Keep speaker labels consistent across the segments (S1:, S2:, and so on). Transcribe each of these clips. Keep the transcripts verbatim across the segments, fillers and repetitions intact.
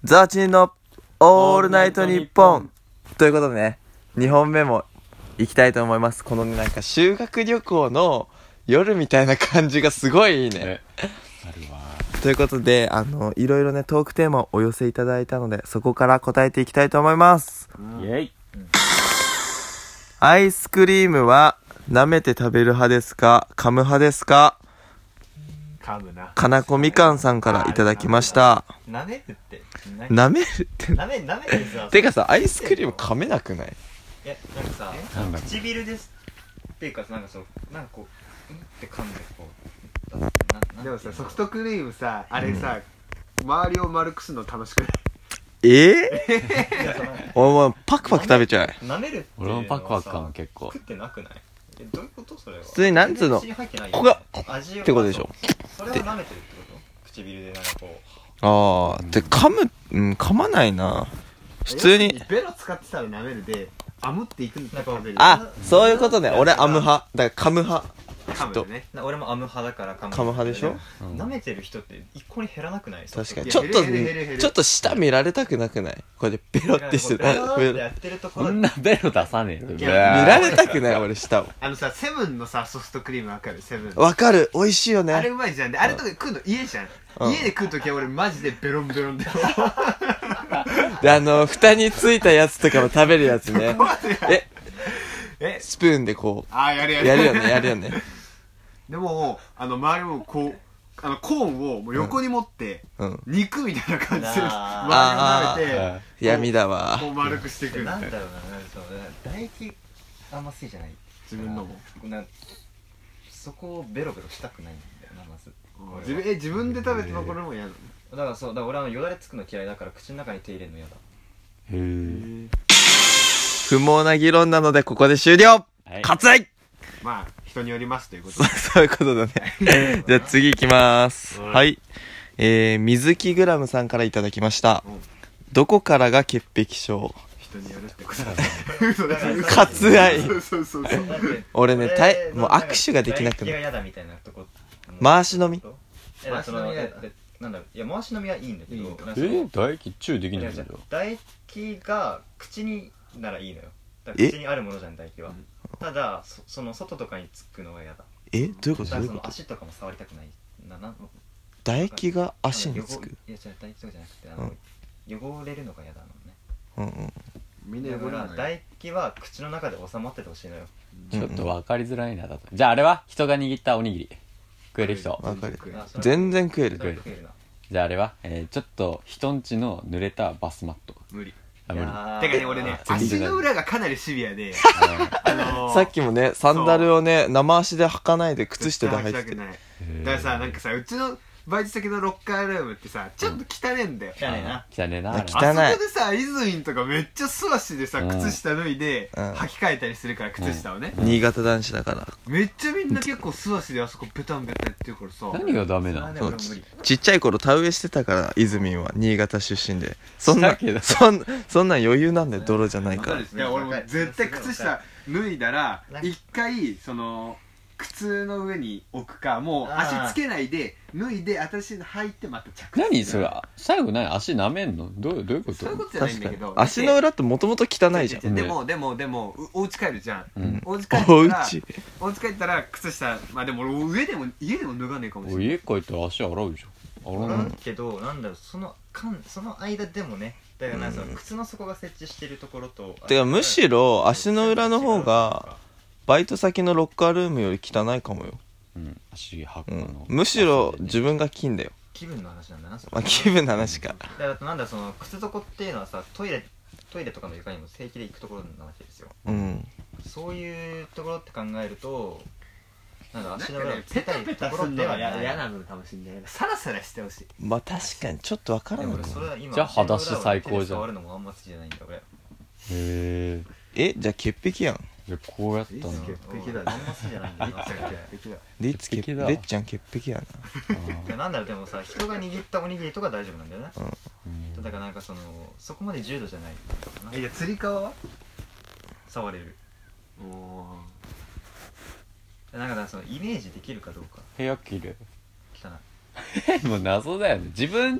S1: ザーチンのオールナイトニッポンということでね、にほんめも行きたいと思います。このね、なんか修学旅行の夜みたいな感じがすごいいいね。
S2: あるわ。
S1: ということで、あの、いろいろね、トークテーマをお寄せいただいたので、そこから答えていきたいと思います。
S2: イェイ。
S1: アイスクリームは舐めて食べる派ですか、噛む派ですか？
S3: 噛むな。
S1: かなこみかんさんからいただきました。
S4: 舐めるって
S1: 舐めるって
S4: 舐め舐めるさ
S1: てかさ、アイスクリーム噛めなくない？
S4: いやなんかさ
S2: なんだっけ
S4: 唇ですっていうかなんかそうなんかこううんって噛んでこうなな
S3: でもさ、ソフトクリームさ、あれさ、周りを丸くするの楽しくない？
S1: えー、
S4: いやその
S1: お前パクパク食べちゃう。
S4: 舐めるっていう
S2: 俺もパクパクか
S4: か
S2: も結構
S4: 食ってなくない？えどういうことそれは？
S1: 普通になんつうの
S4: 口に入ってないよ
S1: ここが
S4: 味を
S1: ってことでしょ。
S4: それは舐めてるってこと？唇でなんかこ
S1: あー、で、噛む、うん、噛まないな。普通に。
S3: ベロ使ってたら舐めるで、あむっていくんだったら食べる。
S1: あ、そういうことね。俺、アム派。だから、噛む派。
S3: 噛むよね。
S4: うな俺もアム派だから噛む
S1: 噛む派でしょ？
S2: うん
S4: 舐めてる人って一向に減らなくない？
S1: 確かに。
S3: いや
S1: ちょっと、
S3: 減る減る減る減る
S1: ちょっと舌見られたくなくない？これでベロってして
S4: ベロ
S1: た。ベロ
S4: ってやってるところ
S2: こんなベロ出さねえよ。
S3: い
S1: 見
S3: や
S1: られたくない、俺、舌を。
S3: あのさ、セブンのさ、ソフトクリームわかる？セブン。
S1: わかる。美味しいよ
S3: あれ
S1: ね。
S3: うまいじゃん。で、あれとか食うの家じゃん。
S1: うん
S3: 家で食うときは俺マジでベロンベロンで。
S1: で、あの、蓋についたやつとかも食べるやつね。え、
S3: え、
S1: スプーンでこ
S3: あーやるや
S1: う、
S3: る。
S1: やるよね、やるよね。
S3: でも、あの、周りもこう、あの、コーンをもう横に持って、
S1: うん。
S3: 肉みたいな感じで、周りを
S4: あ
S3: 舐めて、
S2: あ
S1: 闇だわ。
S3: こう丸くしていくみたな。
S4: ないんだろうな、そう唾液あんま好きじゃない。
S3: 自分のも。
S4: なそこをベロベロしたくないんだよな、まず。
S3: 自分え自分で食べて残るのも嫌なの？
S4: だからそう、だから俺あのよだれつくの嫌いだから口の中に手入れるの嫌だ。
S2: へえ。
S1: 不毛な議論なので、ここで終了。
S2: はい
S1: 割愛。
S3: まあ人によりますということで。
S1: そういうことだね。じゃあ次行きまーす。
S3: はい
S1: はい。えー、水木グラムさんからいただきました
S3: うん。
S1: どこからが潔癖症？
S3: 人によるってことだね。嘘だよ。
S1: 割愛。
S3: そうそうそうそう。
S1: 俺ねたいもう握手ができなくなる
S4: 唾液が嫌だみたいなとこ。
S1: 回し飲み。
S4: え、だからその
S3: 回し飲み
S4: ええなんだろう、いや回し飲みはいいんだけど、
S3: いいんだ
S4: なんかその
S2: え唾液チューできないんだよ。
S4: 唾液が口にならいいのよ。だか
S1: え
S4: ら口にあるものじゃん、唾液は。ただそ、その外とかにつくのが嫌だ。
S1: えどういうこと
S4: だからその
S1: どういうこと？
S4: 足とかも触りたくない。な、なん
S1: 唾液が足につ
S4: 汚
S1: く。
S4: いや、じゃ唾液とかじゃなくて、あの、汚れるのが嫌だのね。
S1: うんうん。
S3: みんな
S4: だから
S3: 汚れない。
S4: 唾液は口の中で収まっててほしいのよ。
S2: ちょっと分かりづらいなだと。じゃああれは人が握ったおにぎり食える人。
S1: わかる。
S4: あそれ
S1: 全然食える
S4: そ。れは食えるな。
S2: じゃああれは、えー、ちょっと人んちの濡れたバスマット。
S3: 無理。
S2: あ無理。
S4: やー
S3: てかね俺ね
S2: 全然
S3: 足の裏がかなりシビアで、あのー
S1: さっきもね、サンダルをね、生足で履かないで靴下で履いてて。
S3: 絶対履きたくない。だからさ、なんかさ、うちのバイト先のロッカールームってさ、ちょっと汚ねえんだよ。
S4: 汚いな。
S2: 汚ねえな。あれ
S1: 汚い
S3: あそこでさ、イズインとかめっちゃ素足でさ、
S2: うん
S3: 靴下脱いで、
S1: うん
S3: 履き替えたりするから、靴下をね。
S1: 新潟男子だから。
S3: めっちゃみんな結構素足であそこペタンペタンやってるからさ。
S2: 何がダメなの？
S4: それはね
S1: そう
S4: 俺も無理。
S1: ちっちゃい頃田植えしてたから、泉は新潟出身で。そんな
S2: したけど、
S1: そん、そんなん余裕なんで泥じゃないから。
S3: いや、俺も絶対靴下脱いだら
S4: なん、か
S3: 一回、その、靴の上に置くか、もう足つけないで、脱いで、新の履いてまた着地。
S2: 何それ最後何足舐めんの？どうどういうこと
S3: そういうことじゃないん
S1: 確かに
S3: だけど。。
S1: 足の裏ってもともと汚いじゃん。
S3: でも、でも、でも、うお家帰るじゃん。
S2: うん
S3: お家帰った
S1: おう
S3: ら、
S1: ち。
S3: お家帰ったら、靴下、まあでも俺上でも、家でも脱がねえかもしれない。
S2: お家帰ったら足洗うでしょ。洗わない。
S4: 洗うけど、なんだろう、その間その間でもね、だからなんかその靴の底が設置してるところと、
S1: てかむしろ足の裏の方がバイト先のロッカールームより汚いかもよ。
S2: うん。足履く
S1: う
S2: の
S1: ん。むしろ自分が金だよ。
S4: 気分の話なんだな、それ
S1: まあ気分の話か。
S4: だからなんだその靴底っていうのはさ、トイレトイレとかの床にも平気で行くところなわけですよ。
S1: うん。
S4: そういうところって考えると、なんだ
S3: なん
S4: 足の裏を
S3: かね、ペタペタすんのが嫌
S4: ない。
S3: なのかもしれない。サラサラしてほしい。
S1: まあ確かにちょっとわから
S4: でも
S1: ないかも。
S4: 俺それは今
S2: じゃあ裸足最高じゃん
S4: 手で触るのもあんま好きじゃないんだ俺。
S2: へえ。
S1: え、じゃあ潔癖やん。
S2: でこうやったな。
S3: 潔癖だね
S4: あんま好きじゃないんだよな。
S3: 潔癖だ。
S1: レッツ潔
S2: 潔癖だ
S1: レッちゃん潔癖やな。
S4: いやなんだろう、でもさ、人が握ったおにぎりとか大丈夫なんだよね。
S2: うん
S4: だからなんかそのそこまで重度じゃないかな。
S3: え、じゃあ釣り革は？
S4: 触れる。
S3: お
S4: なんかだからそのイメージできるかどうか。
S2: 部屋綺麗。
S4: 汚い。
S2: もう謎だよね。自分の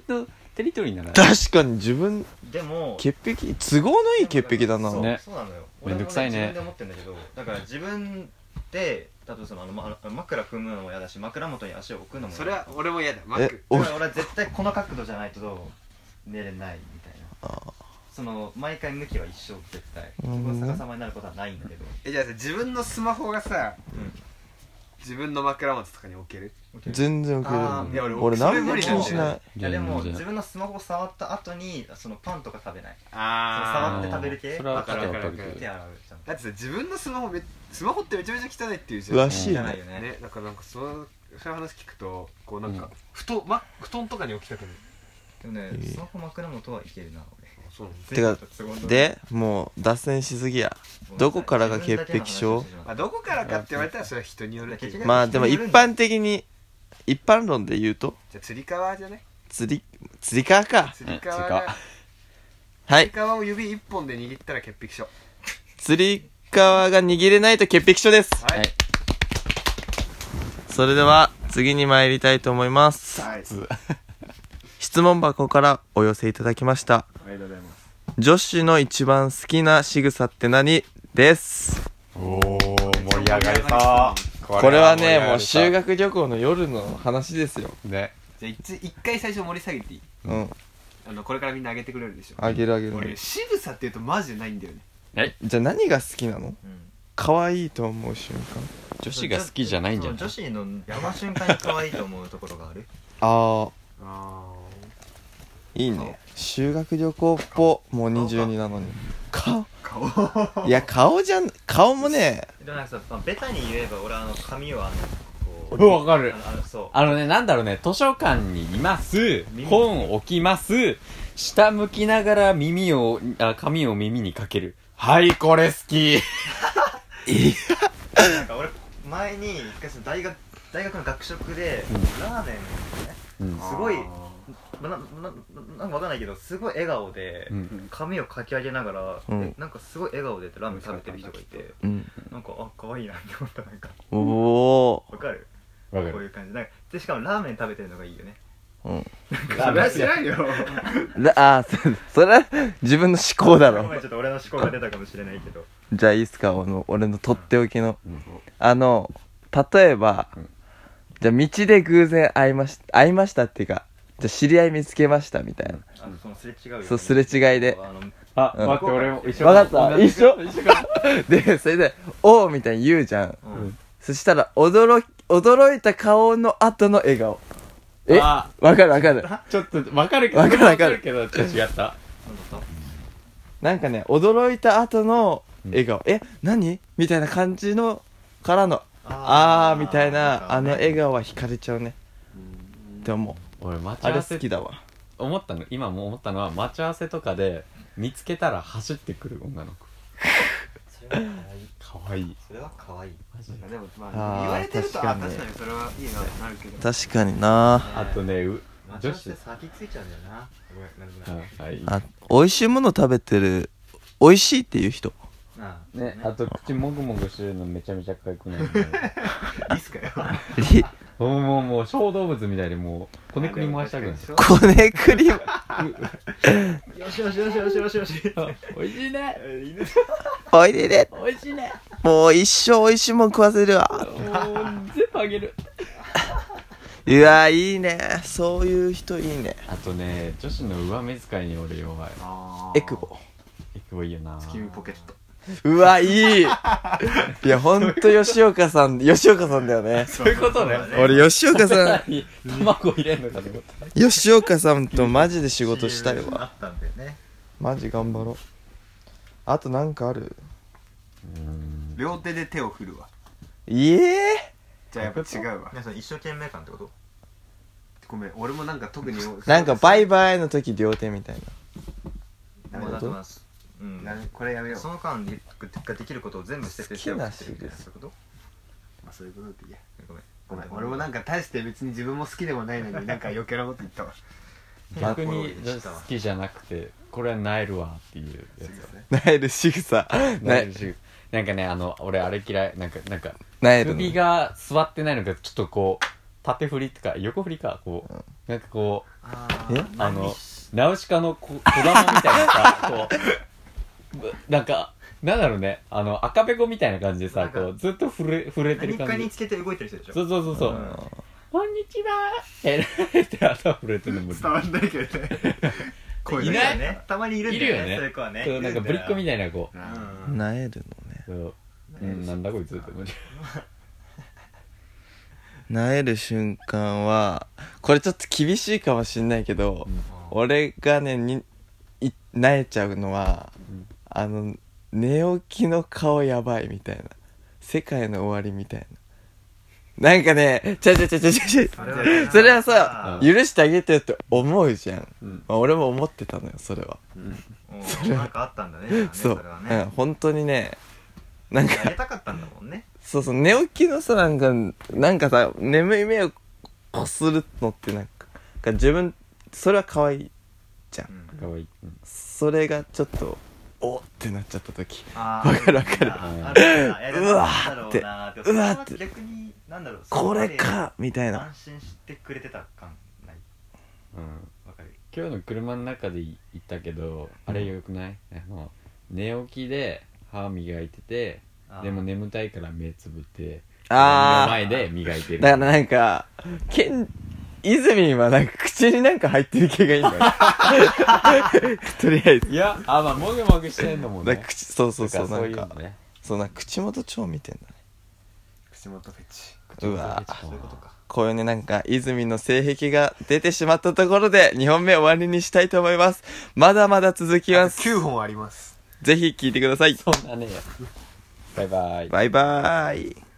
S2: テリトリーにならない。
S1: 確かに自分
S4: でも
S1: 潔癖都合のいい潔癖だな。
S4: そう
S2: ね
S4: そうなのよ。
S2: めんどくさいね
S4: 俺も自分で思ってんだけど、だから自分で例えばそのあのま枕組むのも嫌だし、枕元に足を置くのも嫌だ。
S3: それは俺も嫌だマッ
S1: え
S3: ク
S1: お
S4: だから俺は絶対この角度じゃないと寝れないみたいな。
S1: あ
S4: その毎回向きは一緒絶対。そ
S1: うん
S4: こ逆さまになることはないんだけど。
S3: えじゃあさ自分のスマホがさ
S4: うん
S3: 自分の枕元とかに置ける
S1: 全然受け
S3: あーいや俺
S1: る。俺
S3: それ
S1: 何も
S3: 無理なんだよ
S1: 気にしない。
S4: いやでも
S2: 全然
S4: 自分のスマホを触った後にそのパンとか食べない。
S3: あ
S4: 触って食べる系
S2: それは
S3: わかるわかる
S2: わかるけど
S4: 手洗うちゃんと。
S3: だってさ自分のスマホめスマホってめちゃめちゃ汚いっていうじゃん
S1: らしいね
S4: じゃないよね。
S3: ねだからなんかそのそういう話聞くとこうなんか
S2: うん
S3: 布団ま布団とかに置きたくない
S4: でもね
S1: えー
S4: スマホ枕元はいけるな俺。
S3: そうなんだ
S1: てか
S4: 都合のいい
S1: でもう脱線しすぎや。どこからが潔癖症？
S3: まあどこからかって言われたらそれは人によるけど
S4: 結局
S1: まあでも一般的に一般論で言うと
S3: じゃあつり革じゃね
S1: 釣り釣り革か。
S3: つり革
S2: うんつり革
S3: が
S1: はい
S3: つり革を指一本で握ったら潔癖症
S1: 釣り革が握れないと潔癖症です。
S3: はい、
S2: はい
S1: それでは次に参りたいと思います。
S3: はい、
S2: つ
S1: 質問箱からお寄せいただきました。
S3: ありがとうございます
S1: 女子の一番好きな仕草って何です。
S2: おー盛り上がりそう
S1: これはねもう
S2: 修
S1: 修学旅行の夜の話ですよ。
S2: ね
S3: じゃあ一一回最初盛り下げていい
S1: うん。
S3: あのこれからみんな上げてくれるでしょ
S1: あげるあげ
S3: 俺
S1: る。
S3: 仕草って言うとマジでないんだよね
S2: はい
S1: じゃあ何が好きなの？
S4: うん
S1: 可愛いと思う瞬間。
S2: 女子が好きじゃないんじゃない
S4: 女子の山瞬間に可愛いと思うところがある。
S1: ああ
S3: あ
S1: いいね。修学旅行っぽ。もうにじゅうになのに。顔
S3: 顔
S1: いや顔じゃん顔もね。
S4: でもなんかさ、まあ、ベタに言えば俺あの髪をあのこ
S2: うんわかる
S4: あのあのそう
S2: あのね、なんだろうね、図書館にいます
S4: 耳。
S2: 本置きます。下向きながら耳を、あ、髪を耳にかける。はい、これ好き。
S4: なんか俺前に一回その大学大学の学食で、
S2: うん
S4: ラーメンをね
S2: うん。
S4: すごいななななんかわかんないけどすごい笑顔で、
S2: うん
S4: 髪をかき上げながら、
S1: うん
S4: えなんかすごい笑顔でラーメン食べてる人がいて、
S1: うん。
S4: なんかあ可愛いなって思ったなんか
S1: おお。
S4: わかる
S2: わかる。
S4: こういう感じなんかでしかもラーメン食べてるのがいいよね。
S1: うん。
S3: それは知らんよ
S1: らあーそそれは自分の思考だろ。
S4: ごめんちょっと俺の思考が出たかもしれないけど
S1: じゃあいいっすか、俺の俺のとっておきの。
S2: うん
S1: あの例えば、
S2: うん
S1: じゃあ道で偶然会いました会いましたっていうか、じゃあ知り合い見つけましたみたいな。
S4: あのそのすれ違うよね
S1: そうすれ違いで
S4: あの
S2: あ、
S1: うん
S2: 待って、俺も一緒
S1: わかった
S2: 同じ
S1: 一緒
S2: 一緒か。
S1: でそれで「おう」みたいに言うじゃん。
S4: うん
S1: そしたら驚き驚いた顔の後の笑顔。えわ
S2: あ
S1: かるわかる。
S2: ちょっと、わかるけど、
S1: わかるわかる
S2: けど、ちょっと違った。
S4: なんだった
S1: なんかね驚いた後の笑顔、え何みたいな感じのからのあーみたいなあの笑顔は惹かれちゃうね。でも
S2: 俺、待ち
S1: あれ
S2: 合わせ
S1: 好きだわ。
S2: 思ったの、今も思ったのは、待ち合わせとかで、見つけたら走ってくる女の子。
S4: それは可愛い
S2: かわいい。
S4: それは可愛い
S2: マジで。
S3: でもま
S1: あー
S3: あ言われてるとあ
S1: 確かに
S3: 確かにそれはいいなってなるけど
S1: 確かにな。
S2: あとね、う
S4: 待ち合わせ
S2: 女子
S4: で先ついちゃうんだよな。ごめんなんでもない
S2: あはい。
S1: あ美味しいもの食べてる美味しいっていう人。
S4: ああ
S2: ね、あと口もぐもぐしてるのめちゃめちゃ可愛くない
S3: いいっすかよ
S1: り
S2: もうもうもう小動物みたいでもうこねくり回したくなる
S1: こねくり
S4: よしよしよしよしよしよし
S2: おいしいね
S1: おいでね。
S2: おいしいね
S1: もう一生美味しいもん食わせるわ。
S2: もう全部あげる
S1: うわいいね、そういう人いいね。
S2: あとね女子の上目遣いに俺弱い
S3: あ
S1: エクボ。
S2: エクボいいよな
S3: 月見ポケット
S1: うわいい。いやほんと吉岡さん吉岡さんだよね。
S2: そういうことね
S1: 俺吉岡さん
S2: 卵入れんのかと思った
S1: 吉岡さんとマジで仕事したい
S4: あ
S1: わ。
S4: ったんだよね。
S1: マジ頑張ろう。あとなんかある？
S2: うん
S3: 両手で手を振るわ
S1: いえ
S3: じゃあやっぱ違うわ
S4: 皆さん一生懸命感ってこと？
S3: ごめん俺もなんか特に
S1: ー、なんかバイバイの時両手みたいな。
S3: なるほど
S4: もうだと思います。うん。
S3: なこれやめよう
S4: その間にができることを全部捨てて手を振ってるみたいなそういうこと？
S3: まあそういうことでいいや
S4: ごめん。
S3: ごめん俺もなんか大して別に自分も好きでもないのになんか余計なこと言ったわ
S2: 逆に女子好きじゃなくてこれはなえるわっていうやつ
S1: なえる仕草。なえ
S2: なえるしなんかねあの俺あれ嫌いなんかなんか
S1: なえるの
S2: 首が座ってないのがちょっとこう縦振りとか横振りかこう、なんかこう
S3: あ
S1: え
S3: ー
S2: あのナウシカのこ小玉みたいなさこうぶなんかなんだろうねあの赤べこみたいな感じでさ
S3: なんか
S2: こうずっと震え震えてる
S4: 何か
S2: 感じ
S4: につけて動いてる人でしょ。
S2: そうそうそうそう、
S4: うん
S2: こんにちはーって頭震えてるのも
S3: 伝わんないけどね声
S2: いない
S3: が
S4: るよね。たまにいるんだよね。
S2: いるよね
S4: そういう子はね。
S2: そうなんかぶりっ子みたいな子
S4: うん
S1: なえるのね。
S2: そう、うん、なんだこいつって思って
S1: なえる瞬間はこれちょっと厳しいかもしんないけど、
S2: うん
S1: 俺がねにいなえちゃうのは、
S2: うん
S1: あの寝起きの顔やばいみたいな、世界の終わりみたいな、なんかねちゃちゃちゃちゃちゃちゃ
S3: それは
S1: それはさ、
S2: うん
S1: 許してあげてよって思うじゃん、
S2: うん
S1: まあ、俺も思ってたのよそれは、
S4: うんなんかあったんだね。じゃあね
S1: そう、
S4: それは
S1: うん、
S4: ね。
S1: 本当にねなんか
S4: あげたかったんだもんね。
S1: そうそう寝起きのさなんかなんかさ眠い目をこするのってなんか自分それは可愛いじゃん、
S4: うん
S2: かわいい、うん
S1: それがちょっとおってなっちゃった時
S4: あ
S1: わかるわかる
S4: あるな。
S1: うわーって
S4: うわーって。逆になんだろう。
S1: これかみたいな、
S4: 安心してくれてた感ない。
S2: うん、
S4: わかる。
S2: 今日の車の中で言ったけどあれよくない、あの寝起きで歯磨いてて
S4: あー
S2: でも眠たいから目つぶって
S1: あー
S2: 鏡の前で磨いてる
S1: だからなんかけんイズミンはなんか口になんか入ってる系がいいんだよとりあえず
S2: いやあまあもぐもぐしてんのもね
S1: だから口そうそうそう
S2: だからそういう
S1: なんか
S2: のね
S1: そうなんか口元超見てんだね
S3: 口元フェチ
S1: うわー
S4: そういうことか。
S1: こういうねなんかイズミンの性癖が出てしまったところでにほんめ終わりにしたいと思います。まだまだ続きます。
S3: きゅうほんあります。
S1: ぜひ聞いてください。
S2: そんなねバイバイ
S1: バイバーイ。